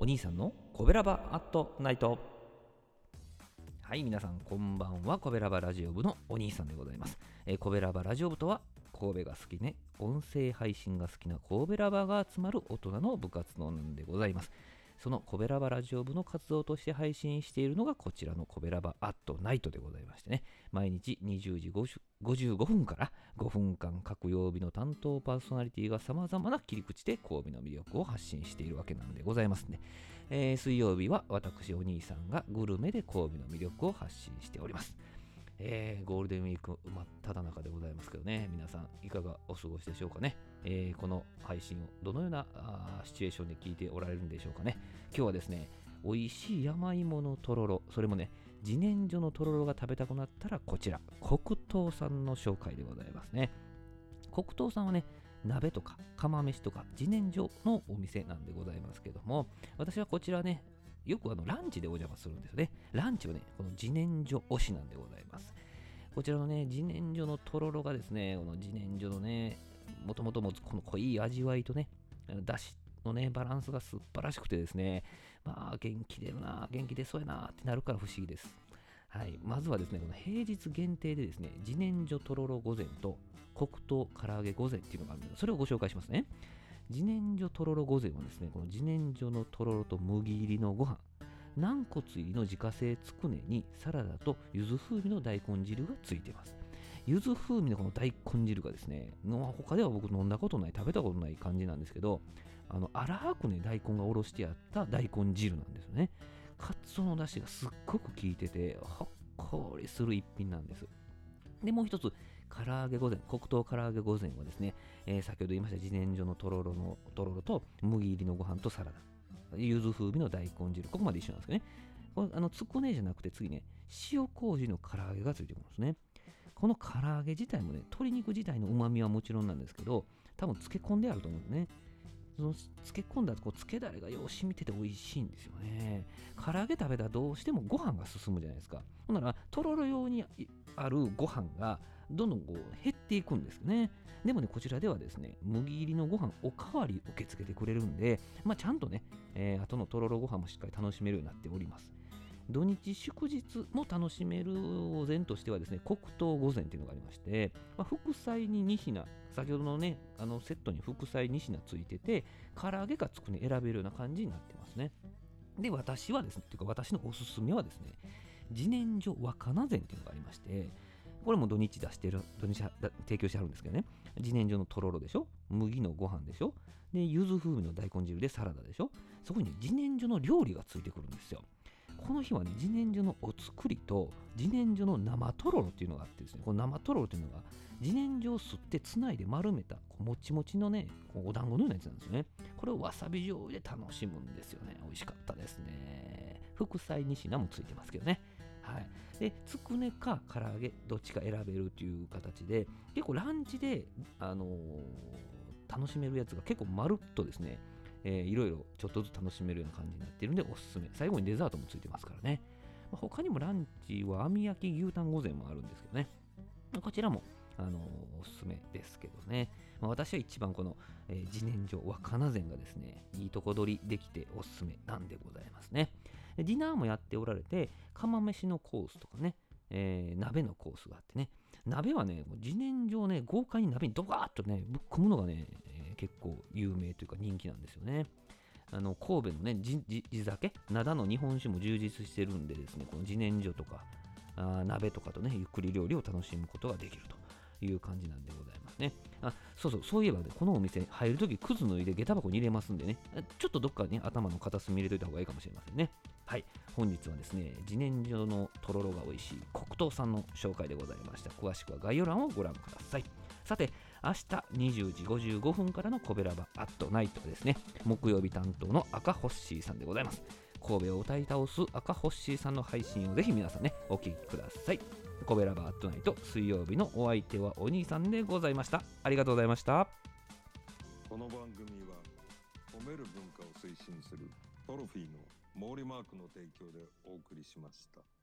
兄さんのコベラバアットナイト。はい、皆さんこんばんは。コベラバラジオ部のお兄さんでございます。コベラバラジオ部とは、神戸が好きね、音声配信が好きな神戸ラバーが集まる大人の部活動なんでございます。そのコベラバラジオ部の活動として配信しているのがこちらのコベラバアットナイトでございましてね、毎日20時55分から5分間各曜日の担当パーソナリティが様々な切り口で神戸の魅力を発信しているわけなんでございますね。水曜日は私お兄さんがグルメで神戸の魅力を発信しております。ゴールデンウィーク真っ只中でございますけどね、皆さんいかがお過ごしでしょうかね。この配信をどのようなシチュエーションで聞いておられるんでしょうかね。今日はですね、美味しい山芋のとろろ、それもね、自然薯のとろろが食べたくなったらこちら、黒糖さんの紹介でございますね。黒糖さんはね、鍋とか釜飯とか自然薯のお店なんでございますけども、私はこちらね、よくランチでお邪魔するんですよね。ランチはね、この自然薯推しなんでございます。こちらのね、自然薯のとろろがですね、この自然薯のね、もともともこの濃い味わいとね、だしのね、バランスが素晴らしくてですね、まあ、元気出るな、元気出そうやなってなるから不思議です。はい、まずはですね、この平日限定でですね、自然薯とろろ御膳と黒糖唐揚げ御膳っていうのがあるので、それをご紹介しますね。自然薯とろろ御膳はですね、この自然薯のとろろと麦入りのご飯、軟骨入りの自家製つくねにサラダと柚子風味の大根汁がついています。柚子風味のこの大根汁がですね、他では僕飲んだことない、食べたことない感じなんですけど、粗くね、大根がおろしてあった大根汁なんですよね。カツオの出汁がすっごく効いてて、ほっこりする一品なんです。で、もう一つ、唐揚げ御膳、黒糖唐揚げ御膳はですね、先ほど言いました自然薯のとろろと麦入りのご飯とサラダ、柚子風味の大根汁、ここまで一緒なんですけどね。これつくねじゃなくて次ね、塩麹の唐揚げがついてくるんですね。この唐揚げ自体もね、鶏肉自体の旨味はもちろんなんですけど、多分漬け込んであると思うんですね。その漬け込んだ漬けだれがよう染みてて美味しいんですよね。唐揚げ食べたらどうしてもご飯が進むじゃないですか。ほんなら、とろろ用にあるご飯がどんどんこう減っていくんですね。でもね、こちらではですね、麦入りのご飯おかわり受け付けてくれるんで、まあ、ちゃんとね、後のとろろご飯もしっかり楽しめるようになっております。土日祝日も楽しめるお膳としてはですね、黒糖御膳というのがありまして、副菜に2品、先ほどのね、セットに副菜2品ついてて、唐揚げかつくね選べるような感じになってますね。で、私はですね、というか私のおすすめはですね、自然薯若菜膳というのがありまして、これも土日提供してあるんですけどね、自然薯のとろろでしょ、麦のご飯でしょ、で、柚子風味の大根汁でサラダでしょ、そこに、ね、自然薯の料理がついてくるんですよ。この日はね、自然薯のお作りと自然薯の生とろろっていうのがあってですね、この生とろろっていうのが自然薯を吸ってつないで丸めたもちもちのね、お団子のようなやつなんですよね。これをわさび醤油で楽しむんですよね。美味しかったですね。副菜2品もついてますけどね。はい。で、つくねか唐揚げ、どっちか選べるという形で、結構ランチで、楽しめるやつが結構まるっとですね、いろいろちょっとずつ楽しめるような感じになっているんでおすすめ。最後にデザートもついてますからね。他にもランチは網焼き牛タン御膳もあるんですけどね。こちらもおすすめですけどね。私は一番この、自然薯若菜膳がですね、いいとこ取りできておすすめなんでございますね。ディナーもやっておられて、釜飯のコースとかね、鍋のコースがあってね、鍋はね、自然薯をね、豪快に鍋にドカーッとね、ぶっ込むのがね、結構有名というか人気なんですよね。神戸のね、地酒、灘の日本酒も充実してるんでですね、この自然薯とか、鍋とかとね、ゆっくり料理を楽しむことができるという感じなんでございますね。そういえばね、このお店入るとき、くず脱いで下駄箱に入れますんでね、ちょっとどっかね、頭の片隅入れといた方がいいかもしれませんね。はい、本日はですね、自然薯のとろろが美味しい黒糖さんの紹介でございました。詳しくは概要欄をご覧ください。さて、明日20時55分からのコベラバアットナイトですね、木曜日担当の赤ホッシーさんでございます。神戸を歌い倒す赤ホッシーさんの配信をぜひ皆さんね、お聞きください。コベラバアットナイト水曜日のお相手はお兄さんでございました。ありがとうございました。 この番組は褒める文化を推進するトロフィーの毛利マークの提供でお送りしました。